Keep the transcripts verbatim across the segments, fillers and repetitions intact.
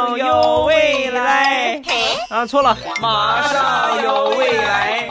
上有未来啊，错了，马上有未来。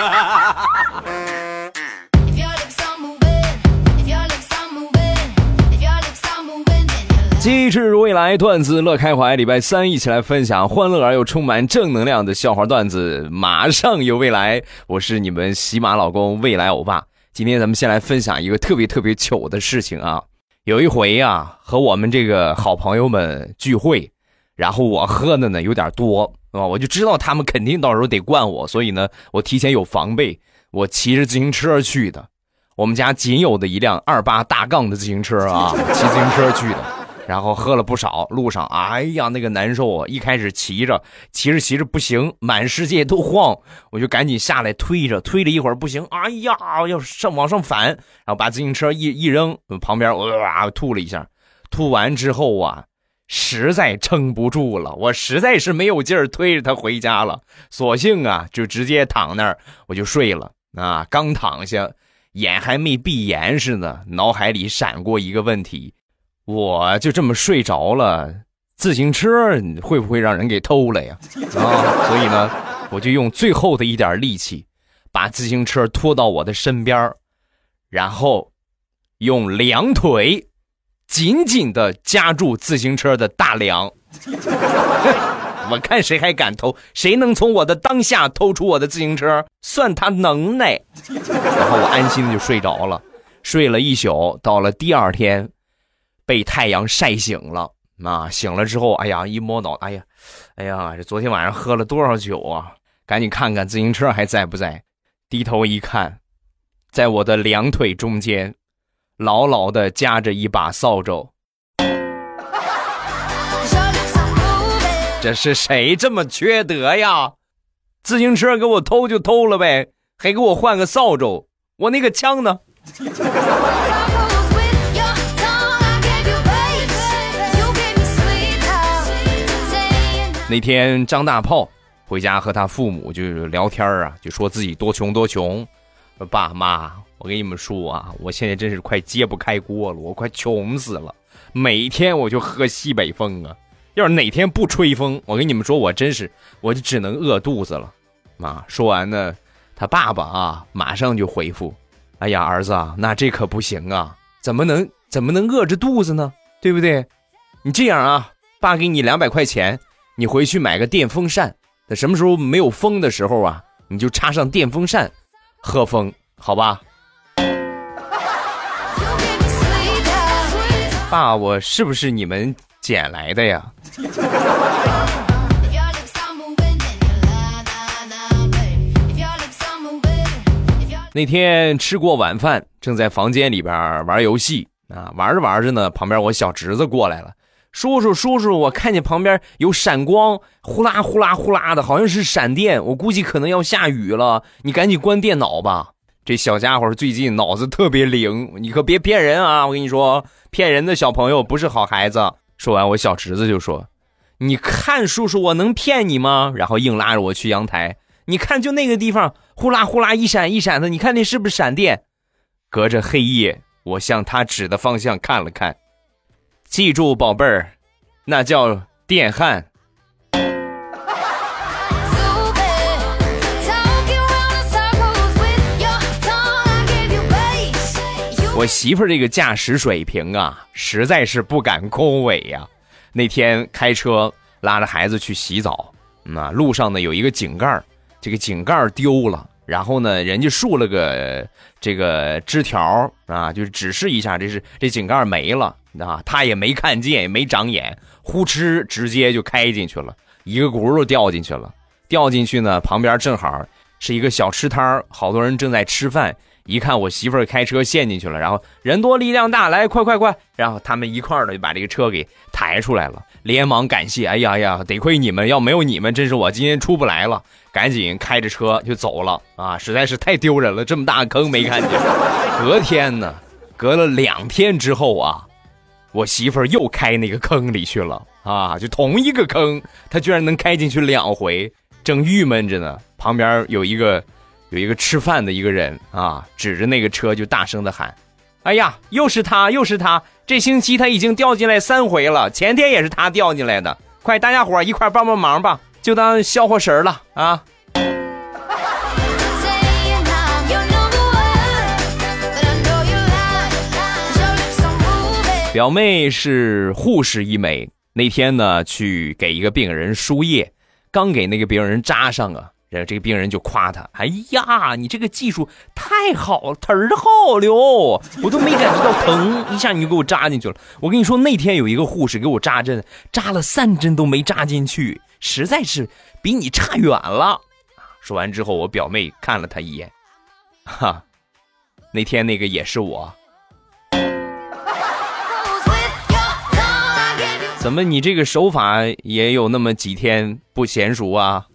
机智如未来，段子乐开怀。礼拜三一起来分享欢乐而又充满正能量的笑话段子，马上有未来。我是你们喜马老公未来欧巴。今天咱们先来分享一个特别特别糗的事情啊。有一回啊，和我们这个好朋友们聚会，然后我喝的呢有点多啊，我就知道他们肯定到时候得灌我，所以呢我提前有防备，我骑着自行车去的。我们家仅有的一辆二八大杠的自行车啊，骑自行车去的。然后喝了不少，路上哎呀那个难受啊！一开始骑着骑着骑着不行，满世界都晃，我就赶紧下来推着，推了一会儿不行，哎呀要上往上反，然后把自行车一一扔，旁边哇吐了一下，吐完之后啊，实在撑不住了，我实在是没有劲儿推着他回家了，索性啊就直接躺那儿我就睡了啊！刚躺下，眼还没闭严似的，脑海里闪过一个问题。我就这么睡着了，自行车会不会让人给偷了呀？啊，所以呢，我就用最后的一点力气，把自行车拖到我的身边，然后用两腿紧紧地夹住自行车的大梁。我看谁还敢偷，谁能从我的当下偷出我的自行车，算他能耐。然后我安心的就睡着了，睡了一宿，到了第二天。被太阳晒醒了啊！醒了之后，哎呀，一摸脑，哎呀，哎呀，这昨天晚上喝了多少酒啊？赶紧看看自行车还在不在。低头一看，在我的两腿中间，牢牢地夹着一把扫帚。这是谁这么缺德呀？自行车给我偷就偷了呗，还给我换个扫帚，我那个枪呢？那天张大炮回家和他父母就聊天啊，就说自己多穷多穷。爸妈，我跟你们说啊，我现在真是快揭不开锅了，我快穷死了，每天我就喝西北风啊，要是哪天不吹风，我跟你们说我真是我就只能饿肚子了啊。说完呢，他爸爸啊马上就回复，哎呀儿子啊，那这可不行啊，怎么能怎么能饿着肚子呢，对不对？你这样啊，爸给你两百块钱，你回去买个电风扇，等什么时候没有风的时候啊，你就插上电风扇喝风，好吧？爸，我是不是你们捡来的呀？那天吃过晚饭，正在房间里边玩游戏啊，玩着玩着呢，旁边我小侄子过来了。叔叔叔叔，我看见旁边有闪光，呼啦呼啦呼啦的，好像是闪电，我估计可能要下雨了，你赶紧关电脑吧。这小家伙最近脑子特别灵，你可别骗人啊，我跟你说，骗人的小朋友不是好孩子。说完，我小侄子就说，你看叔叔我能骗你吗？然后硬拉着我去阳台，你看就那个地方呼啦呼啦一闪一闪的，你看那是不是闪电？隔着黑夜，我向他指的方向看了看，记住宝贝儿，那叫电焊。我媳妇儿这个驾驶水平啊，实在是不敢恭维呀。那天开车拉着孩子去洗澡，那、嗯、路上呢有一个井盖，这个井盖丢了，然后呢人家竖了个这个枝条啊，就是指示一下，这是这井盖没了啊，他也没看见，也没长眼，呼哧直接就开进去了，一个轱辘掉进去了。掉进去呢，旁边正好是一个小吃摊，好多人正在吃饭。一看我媳妇儿开车陷进去了，然后人多力量大，来快快快，然后他们一块儿的就把这个车给抬出来了，连忙感谢，哎呀呀，得亏你们，要没有你们，真是我今天出不来了，赶紧开着车就走了啊，实在是太丢人了，这么大坑没看见。隔天呢，隔了两天之后啊，我媳妇儿又开那个坑里去了啊，就同一个坑，她居然能开进去两回，正郁闷着呢，旁边有一个。有一个吃饭的一个人啊，指着那个车就大声的喊，哎呀，又是他又是他，这星期他已经掉进来三回了，前天也是他掉进来的， 快大家伙一块帮帮忙吧，就当消火神了啊！表妹是护士一枚，那天呢去给一个病人输液，刚给那个病人扎上啊，然后这个病人就夸他：“哎呀，你这个技术太好了，忒儿好了，我都没感觉到疼，一下你就给我扎进去了。”我跟你说，那天有一个护士给我扎针，扎了三针都没扎进去，实在是比你差远了。说完之后，我表妹看了他一眼，哈，那天那个也是我。怎么你这个手法也有那么几天不娴熟啊？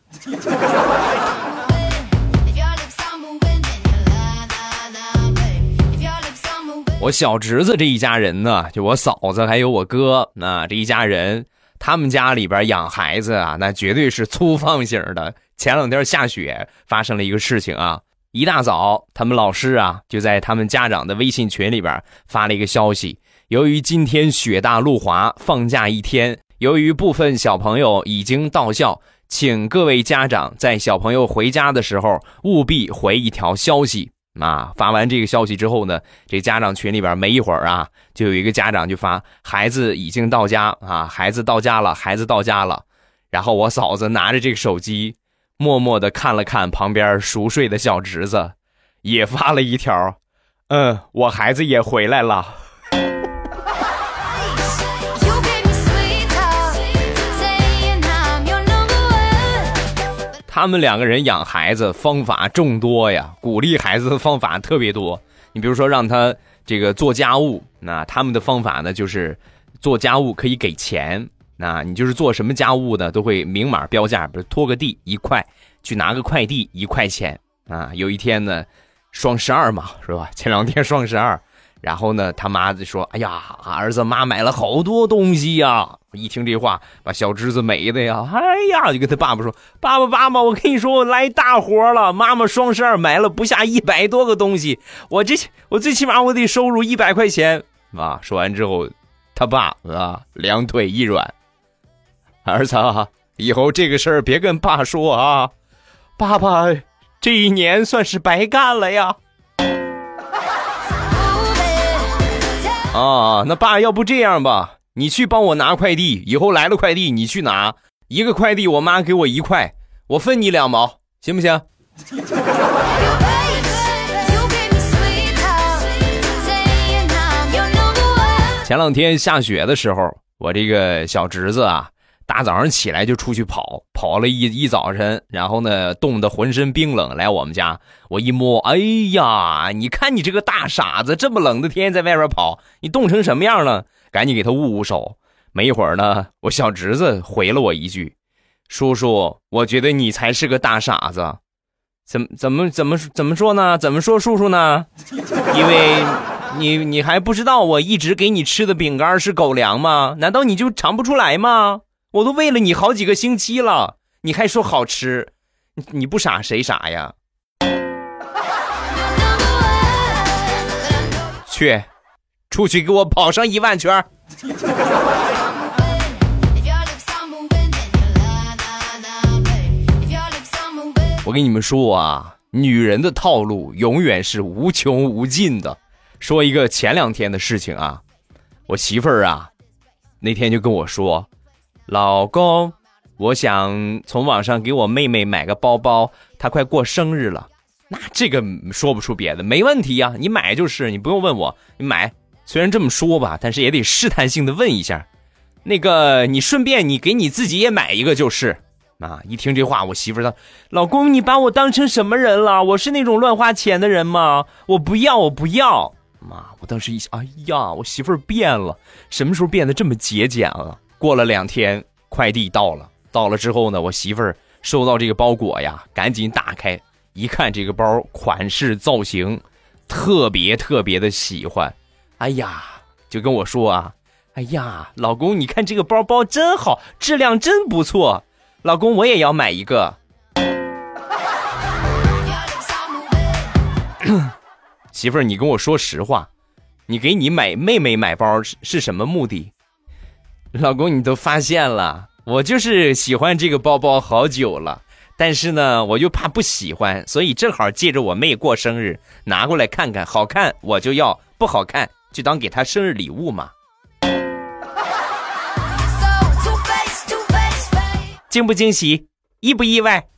我小侄子这一家人呢，就我嫂子还有我哥，那这一家人，他们家里边养孩子啊，那绝对是粗放型的。前两天下雪，发生了一个事情啊，一大早他们老师啊就在他们家长的微信群里边发了一个消息，由于今天雪大路滑，放假一天，由于部分小朋友已经到校，请各位家长在小朋友回家的时候务必回一条消息啊。发完这个消息之后呢，这家长群里边没一会儿啊，就有一个家长就发孩子已经到家啊，孩子到家了，孩子到家了。然后我嫂子拿着这个手机默默地看了看旁边熟睡的小侄子，也发了一条，嗯，我孩子也回来了。他们两个人养孩子方法众多呀，鼓励孩子的方法特别多。你比如说让他这个做家务，那他们的方法呢就是做家务可以给钱，那你就是做什么家务呢都会明码标价，比如拖个地一块，去拿个快递一块钱啊。有一天呢双十二嘛，是吧？前两天双十二，然后呢他妈就说：“哎呀，儿子妈买了好多东西呀。”一听这话，把小侄子美的呀，哎呀，就跟他爸爸说：“爸爸爸爸，我跟你说，我来大活了，妈妈双十二买了不下一百多个东西，我这我最起码我得收入一百块钱啊。”说完之后，他爸啊两腿一软：“儿子啊，以后这个事儿别跟爸说啊，爸爸这一年算是白干了呀。”啊，那爸，要不这样吧，你去帮我拿快递，以后来了快递你去拿，一个快递我妈给我一块，我分你两毛，行不行？前两天下雪的时候，我这个小侄子啊，大早上起来就出去跑，跑了一一早晨，然后呢冻得浑身冰冷，来我们家，我一摸，哎呀，你看你这个大傻子，这么冷的天在外边跑，你冻成什么样了？赶紧给他捂捂手。没一会儿呢，我小侄子回了我一句：“叔叔，我觉得你才是个大傻子。”怎么怎么怎么怎么说呢？怎么说叔叔呢？因为你你还不知道我一直给你吃的饼干是狗粮吗？难道你就尝不出来吗？我都喂了你好几个星期了，你还说好吃，你你不傻谁傻呀？去，出去给我跑上一万圈。我跟你们说啊，女人的套路永远是无穷无尽的。说一个前两天的事情啊，我媳妇儿啊，那天就跟我说，老公，我想从网上给我妹妹买个包包，她快过生日了。那这个说不出别的，没问题呀，你买就是，你不用问我，你买。虽然这么说吧，但是也得试探性的问一下，那个你顺便你给你自己也买一个就是啊。一听这话，我媳妇儿说，老公，你把我当成什么人了？我是那种乱花钱的人吗？我不要，我不要。妈，我当时一想，哎呀，我媳妇儿变了，什么时候变得这么节俭了？过了两天，快递到了，到了之后呢，我媳妇儿收到这个包裹呀，赶紧打开，一看这个包款式造型，特别特别的喜欢，哎呀，就跟我说啊，哎呀，老公，你看这个包包真好，质量真不错，老公我也要买一个。媳妇儿，你跟我说实话，你给你买妹妹买包是是什么目的？老公，你都发现了， 我就是喜欢这个包包好久了，但是呢我又怕不喜欢，所以正好借着我妹过生日拿过来看看，好看我就要，不好看就当给她生日礼物嘛。惊不惊喜，意不意外？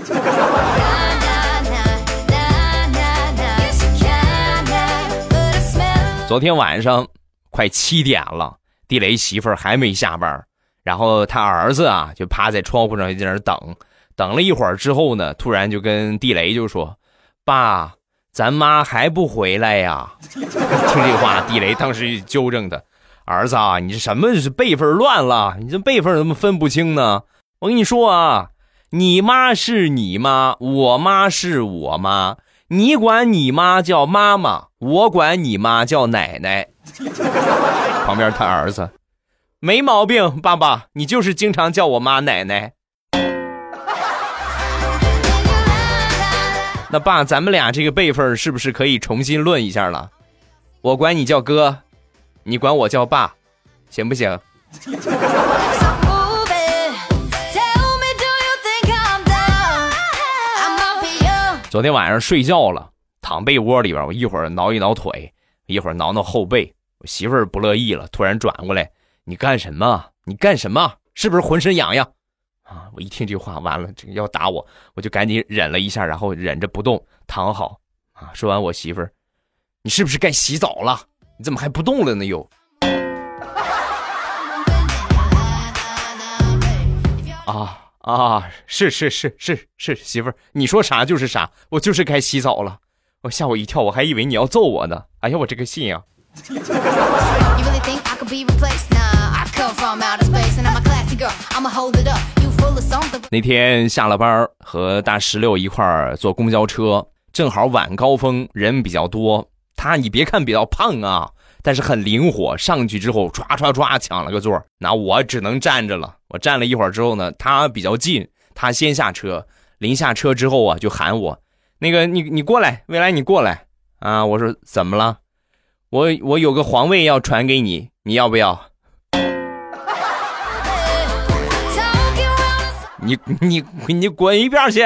昨天晚上快七点了，地雷媳妇儿还没下班，然后他儿子啊就趴在窗户上在那儿等，等了一会儿之后呢，突然就跟地雷就说：“爸，咱妈还不回来呀？”听这话，地雷当时就纠正他：“儿子啊，你这什么是辈分乱了？你这辈分怎么分不清呢？我跟你说啊，你妈是你妈，我妈是我妈，你管你妈叫妈妈，我管你妈叫奶奶。”旁边他儿子：“没毛病，爸爸，你就是经常叫我妈奶奶。”那爸，咱们俩这个辈分是不是可以重新论一下了？我管你叫哥，你管我叫爸，行不行？昨天晚上睡觉了，躺被窝里边，我一会儿挠一挠腿，一会儿挠挠后背，我媳妇儿不乐意了，突然转过来：“你干什么？你干什么？是不是浑身痒痒？”啊！我一听这话，完了，这个要打我，我就赶紧忍了一下，然后忍着不动，躺好。啊！说完，我媳妇儿：“你是不是该洗澡了？你怎么还不动了呢？又？”啊！啊，是是是是是，媳妇儿，你说啥就是啥，我就是该洗澡了。我吓我一跳，我还以为你要揍我呢。哎呀，我这个信啊！那天下了班和大石榴一块儿坐公交车，正好晚高峰，人比较多。他你别看比较胖啊，但是很灵活，上去之后唰唰唰抢了个座，那我只能站着了。我站了一会儿之后呢，他比较近，他先下车，临下车之后啊就喊我：“那个你你过来，未来你过来啊！”我说：“怎么了？我我有个皇位要传给你，你要不要？”你你你滚一边去！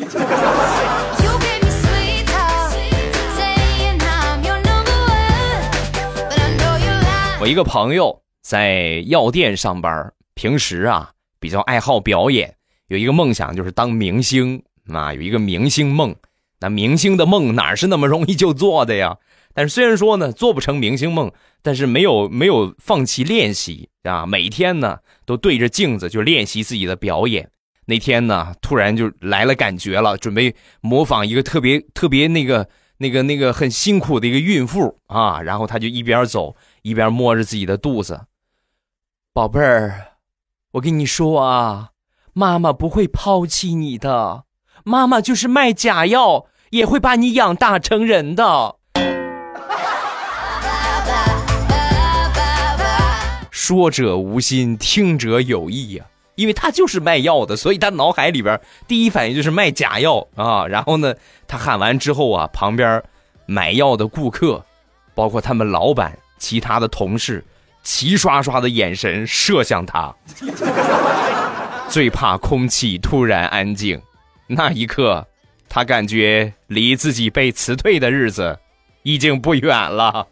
我一个朋友在药店上班，平时啊比较爱好表演，有一个梦想就是当明星啊，有一个明星梦。那明星的梦哪是那么容易就做的呀？但是虽然说呢做不成明星梦，但是没有没有放弃练习啊，每天呢都对着镜子就练习自己的表演。那天呢突然就来了感觉了，准备模仿一个特别特别那个那个那个很辛苦的一个孕妇啊，然后他就一边走一边摸着自己的肚子：“宝贝儿，我跟你说啊，妈妈不会抛弃你的，妈妈就是卖假药也会把你养大成人的。”说者无心，听者有意呀、啊。因为他就是卖药的，所以他脑海里边第一反应就是卖假药啊。然后呢，他喊完之后啊，旁边买药的顾客，包括他们老板、其他的同事，齐刷刷的眼神射向他。最怕空气突然安静，那一刻，他感觉离自己被辞退的日子已经不远了。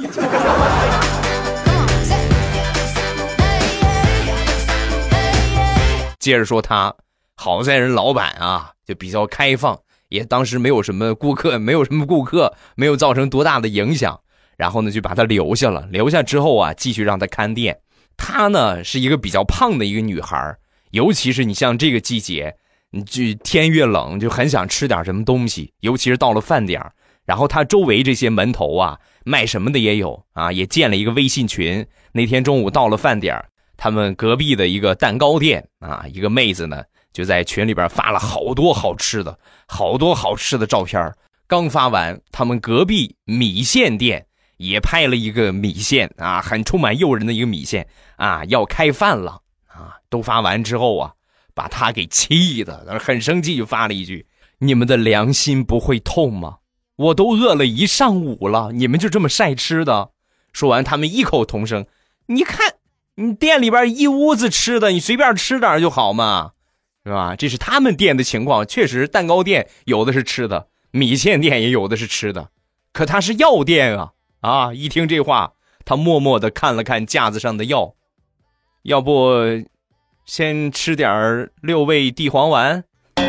接着说他，好在人老板啊就比较开放，也当时没有什么顾客，没有什么顾客，没有造成多大的影响。然后呢就把他留下了，留下之后啊继续让他看店。她呢是一个比较胖的一个女孩，尤其是你像这个季节，你就天越冷就很想吃点什么东西，尤其是到了饭点。然后她周围这些门头啊卖什么的也有啊，也建了一个微信群。那天中午到了饭点，他们隔壁的一个蛋糕店啊，一个妹子呢就在群里边发了好多好吃的好多好吃的照片。刚发完，他们隔壁米线店也拍了一个米线啊，很充满诱人的一个米线啊，要开饭了啊。都发完之后啊，把他给气的很生气，就发了一句：“你们的良心不会痛吗？我都饿了一上午了，你们就这么晒吃的？”说完他们异口同声：“你看你店里边一屋子吃的，你随便吃点就好嘛，是吧？这是他们店的情况，确实蛋糕店有的是吃的，米线店也有的是吃的，可他是药店啊！啊！一听这话，他默默地看了看架子上的药，要不先吃点六味地黄丸，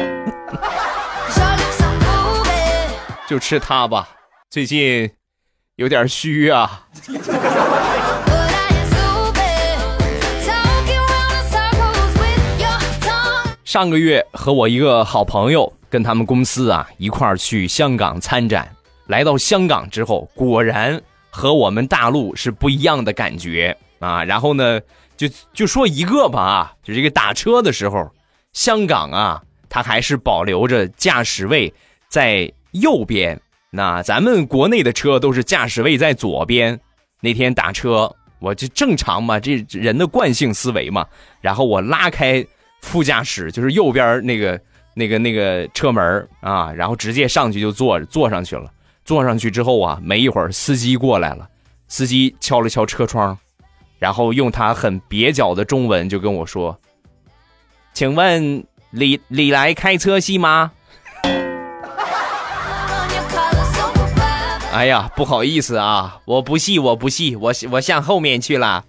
就吃它吧。最近有点虚啊。上个月和我一个好朋友跟他们公司啊一块儿去香港参展，来到香港之后，果然和我们大陆是不一样的感觉啊。然后呢，就就说一个吧啊，就这个打车的时候，香港啊，它还是保留着驾驶位在右边，那咱们国内的车都是驾驶位在左边。那天打车，我就正常嘛，这人的惯性思维嘛，然后我拉开副驾驶，就是右边那个那个那个车门啊，然后直接上去就坐坐上去了。坐上去之后啊，没一会儿司机过来了，司机敲了敲车窗，然后用他很蹩脚的中文就跟我说：“请问李李来开车系吗？”哎呀，不好意思啊，我不系，我不系，我我向后面去了。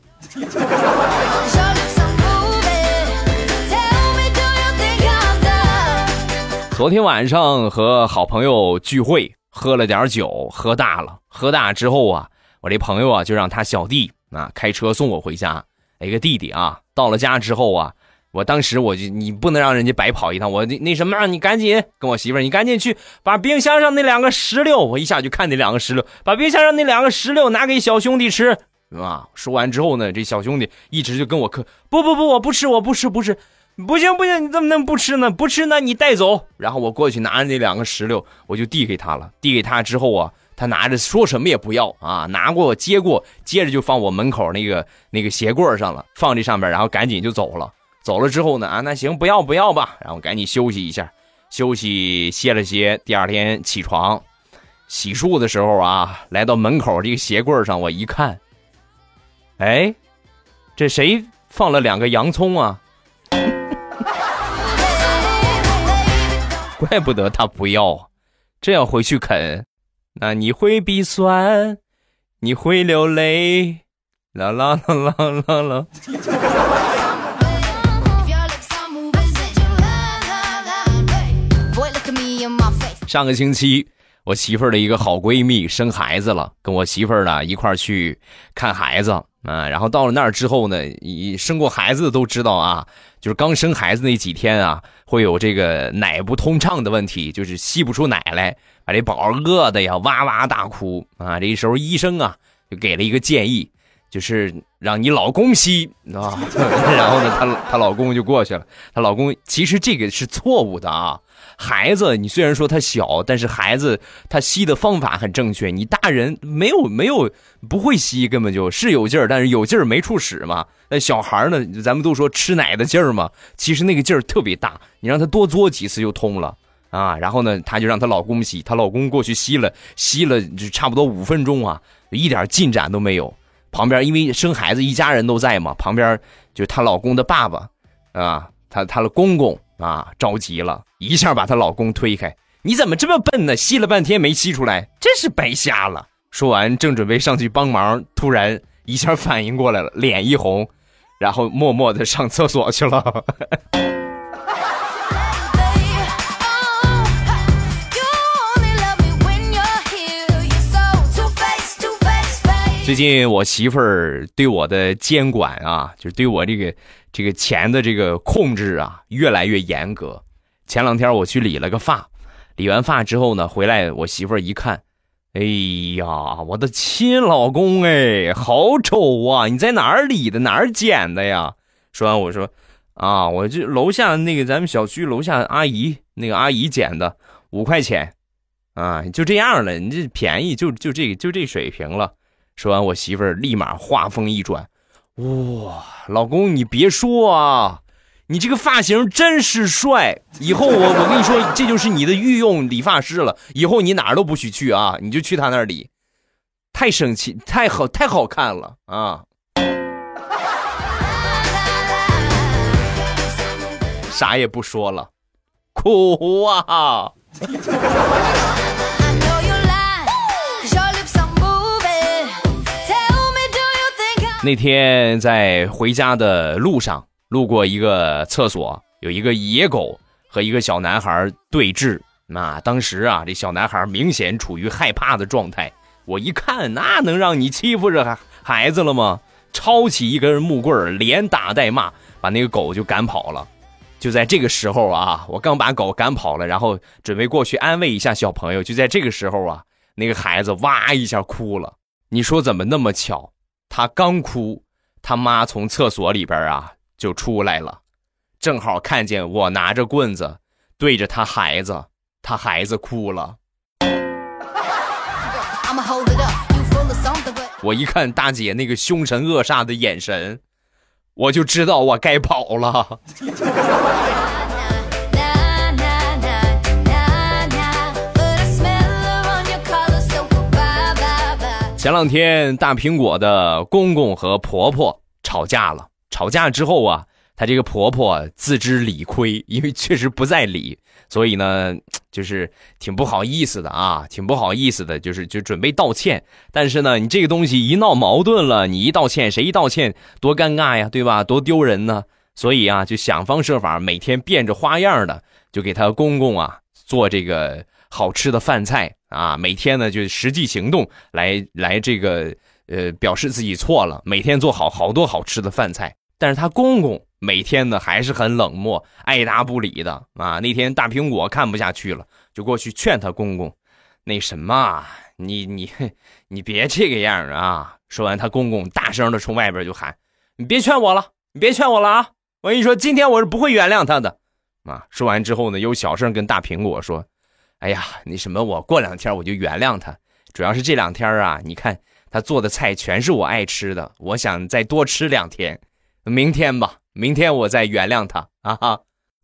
昨天晚上和好朋友聚会，喝了点酒，喝大了。喝大之后啊，我这朋友啊就让他小弟啊开车送我回家。一个弟弟啊，到了家之后啊，我当时我就你不能让人家白跑一趟，我那什么让你赶紧跟我媳妇儿，你赶紧去把冰箱上那两个石榴，我一下就看那两个石榴，把冰箱上那两个石榴拿给小兄弟吃啊。说完之后呢，这小兄弟一直就跟我磕，不不不，我不吃，我不吃，不吃。不行不行，你怎么能不吃呢？不吃呢你带走。然后我过去拿着那两个石榴，我就递给他了。递给他之后啊，他拿着说什么也不要啊，拿过接过，接着就放我门口那个那个鞋柜上了，放这上面，然后赶紧就走了。走了之后呢，啊那行不要不要吧，然后赶紧休息一下，休息歇了歇。第二天起床洗漱的时候啊，来到门口这个鞋柜上，我一看，哎，这谁放了两个洋葱啊？怪不得他不要，这样回去啃，那你会鼻酸，你会流泪，啦啦啦啦啦啦。上个星期我媳妇儿的一个好闺蜜生孩子了，跟我媳妇儿呢一块儿去看孩子啊。然后到了那儿之后呢，你生过孩子的都知道啊，就是刚生孩子那几天啊，会有这个奶不通畅的问题，就是吸不出奶来，把这宝儿饿的呀哇哇大哭啊。这时候医生啊就给了一个建议，就是让你老公吸啊。然后呢，她她老公就过去了。她老公其实这个是错误的啊。孩子你虽然说他小，但是孩子他吸的方法很正确，你大人没有没有不会吸，根本就是有劲儿，但是有劲儿没处使嘛。那小孩呢，咱们都说吃奶的劲儿嘛，其实那个劲儿特别大，你让他多嘬几次就通了啊。然后呢，她就让她老公吸，她老公过去吸了吸了就差不多五分钟啊，一点进展都没有。旁边因为生孩子一家人都在嘛，旁边就是她老公的爸爸啊，她她的公公啊，着急了，一下把她老公推开，你怎么这么笨呢？吸了半天没吸出来，真是白瞎了。说完正准备上去帮忙，突然一下反应过来了，脸一红，然后默默的上厕所去了。最近我媳妇儿对我的监管啊，就是对我这个这个钱的这个控制啊，越来越严格。前两天我去理了个发，理完发之后呢，回来我媳妇儿一看，哎呀，我的亲老公哎，好丑啊！你在哪儿理的？哪儿剪的呀？说完我说啊，我这楼下那个咱们小区楼下阿姨那个阿姨剪的，五块钱啊，就这样了，你这便宜就就这个就这水平了。说完我媳妇儿立马话锋一转，哇，老公你别说啊，你这个发型真是帅，以后我我跟你说，这就是你的御用理发师了，以后你哪儿都不许去啊，你就去他那儿理，太生气，太好太好看了啊。 啥也不说了，哭啊！那天在回家的路上，路过一个厕所，有一个野狗和一个小男孩对峙。那当时啊，这小男孩明显处于害怕的状态。我一看，那能让你欺负着孩子了吗？抄起一根木棍，连打带骂，把那个狗就赶跑了。就在这个时候啊，我刚把狗赶跑了，然后准备过去安慰一下小朋友。就在这个时候啊，那个孩子哇一下哭了。你说怎么那么巧？他刚哭，他妈从厕所里边啊就出来了，正好看见我拿着棍子对着他孩子，他孩子哭了。我一看大姐那个凶神恶煞的眼神，我就知道我该跑了。前两天大苹果的公公和婆婆吵架了，吵架之后啊，她这个婆婆自知理亏，因为确实不在理，所以呢就是挺不好意思的啊，挺不好意思的，就是就准备道歉。但是呢，你这个东西一闹矛盾了，你一道歉，谁一道歉多尴尬呀，对吧？多丢人呢。所以啊，就想方设法，每天变着花样的就给她公公啊做这个好吃的饭菜啊，每天呢就实际行动来来这个呃表示自己错了，每天做好好多好吃的饭菜。但是他公公每天呢还是很冷漠，爱答不理的啊。那天大苹果看不下去了，就过去劝他公公，那什么，你你你别这个样啊！说完，他公公大声的从外边就喊：“你别劝我了，你别劝我了啊！我跟你说，今天我是不会原谅他的。”啊，说完之后呢，又小声跟大苹果说：“哎呀，那什么，我过两天我就原谅他。主要是这两天啊，你看他做的菜全是我爱吃的，我想再多吃两天。明天吧，明天我再原谅他啊哈。”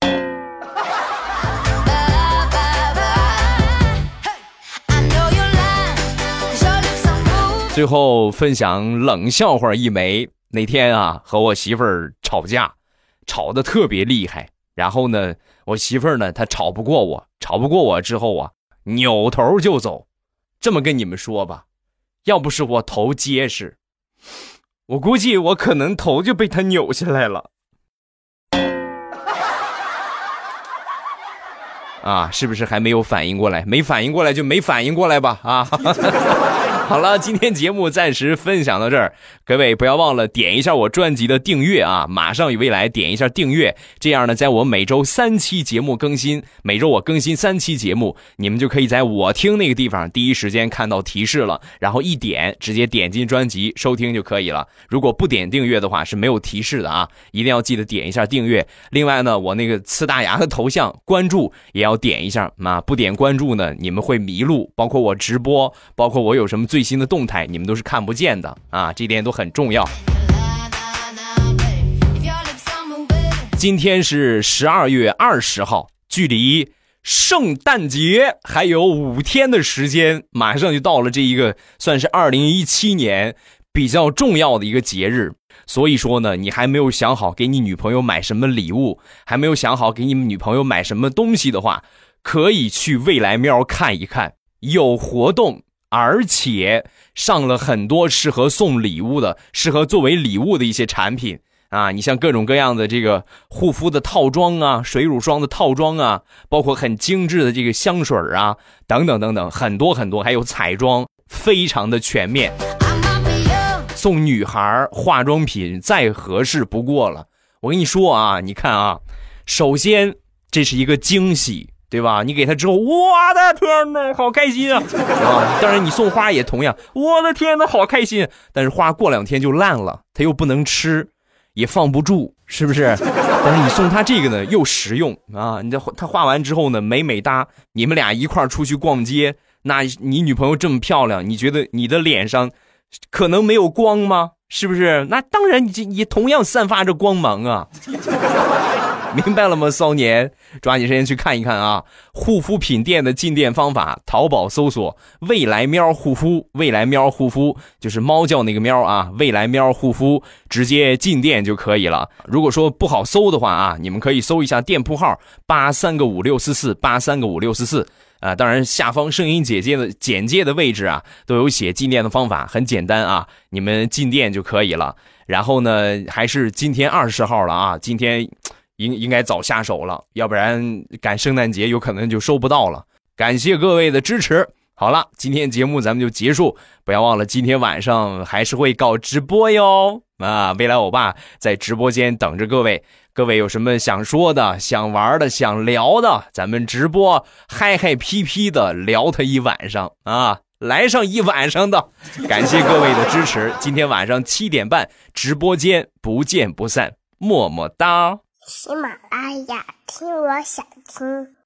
最后分享冷笑话一枚。那天啊，和我媳妇儿吵架，吵得特别厉害。然后呢，我媳妇儿呢，她吵不过我，吵不过我之后啊，扭头就走。这么跟你们说吧，要不是我头结实，我估计我可能头就被她扭下来了。啊，是不是还没有反应过来？没反应过来就没反应过来吧啊。好了，今天节目暂时分享到这儿，各位不要忘了点一下我专辑的订阅啊，马上与未来点一下订阅，这样呢，在我每周三期节目更新，每周我更新三期节目，你们就可以在我听那个地方第一时间看到提示了，然后一点直接点进专辑收听就可以了。如果不点订阅的话是没有提示的啊，一定要记得点一下订阅。另外呢，我那个呲大牙的头像关注也要点一下啊，不点关注呢，你们会迷路，包括我直播，包括我有什么最最新的动态你们都是看不见的啊，这点都很重要。今天是十二月二十号，距离圣诞节还有五天的时间，马上就到了这一个算是二零一七年比较重要的一个节日。所以说呢，你还没有想好给你女朋友买什么礼物，还没有想好给你女朋友买什么东西的话，可以去未来喵看一看，有活动，而且上了很多适合送礼物的，适合作为礼物的一些产品啊，你像各种各样的这个护肤的套装啊，水乳霜的套装啊，包括很精致的这个香水啊，等等等等，很多很多，还有彩妆，非常的全面。送女孩化妆品再合适不过了。我跟你说啊，你看啊，首先这是一个惊喜，对吧？你给他之后，我的天哪，好开心啊！啊，当然你送花也同样，我的天哪，好开心。但是花过两天就烂了，他又不能吃，也放不住，是不是？但是你送他这个呢，又实用啊！你这他画完之后呢，美美哒，你们俩一块儿出去逛街，那你女朋友这么漂亮，你觉得你的脸上可能没有光吗？是不是？那当然，你也同样散发着光芒啊。 明白了吗，骚年？抓紧时间去看一看啊！护肤品店的进店方法，淘宝搜索未来喵护肤，未来喵护肤就是猫叫那个喵啊，未来喵护肤，直接进店就可以了。如果说不好搜的话啊，你们可以搜一下店铺号八三个五六四四八三个五六四四啊，当然下方声音简介的简介的位置啊都有写进店的方法，很简单啊，你们进店就可以了。然后呢，还是今天二十号了啊，今天应应该早下手了，要不然赶圣诞节有可能就收不到了。感谢各位的支持。好了，今天节目咱们就结束，不要忘了今天晚上还是会搞直播哟啊！未来欧巴在直播间等着各位，各位有什么想说的、想玩的、想聊的，咱们直播嗨嗨皮皮的聊他一晚上啊！来上一晚上的，感谢各位的支持。今天晚上七点半直播间不见不散，么么哒。 喜马拉雅，听我想听。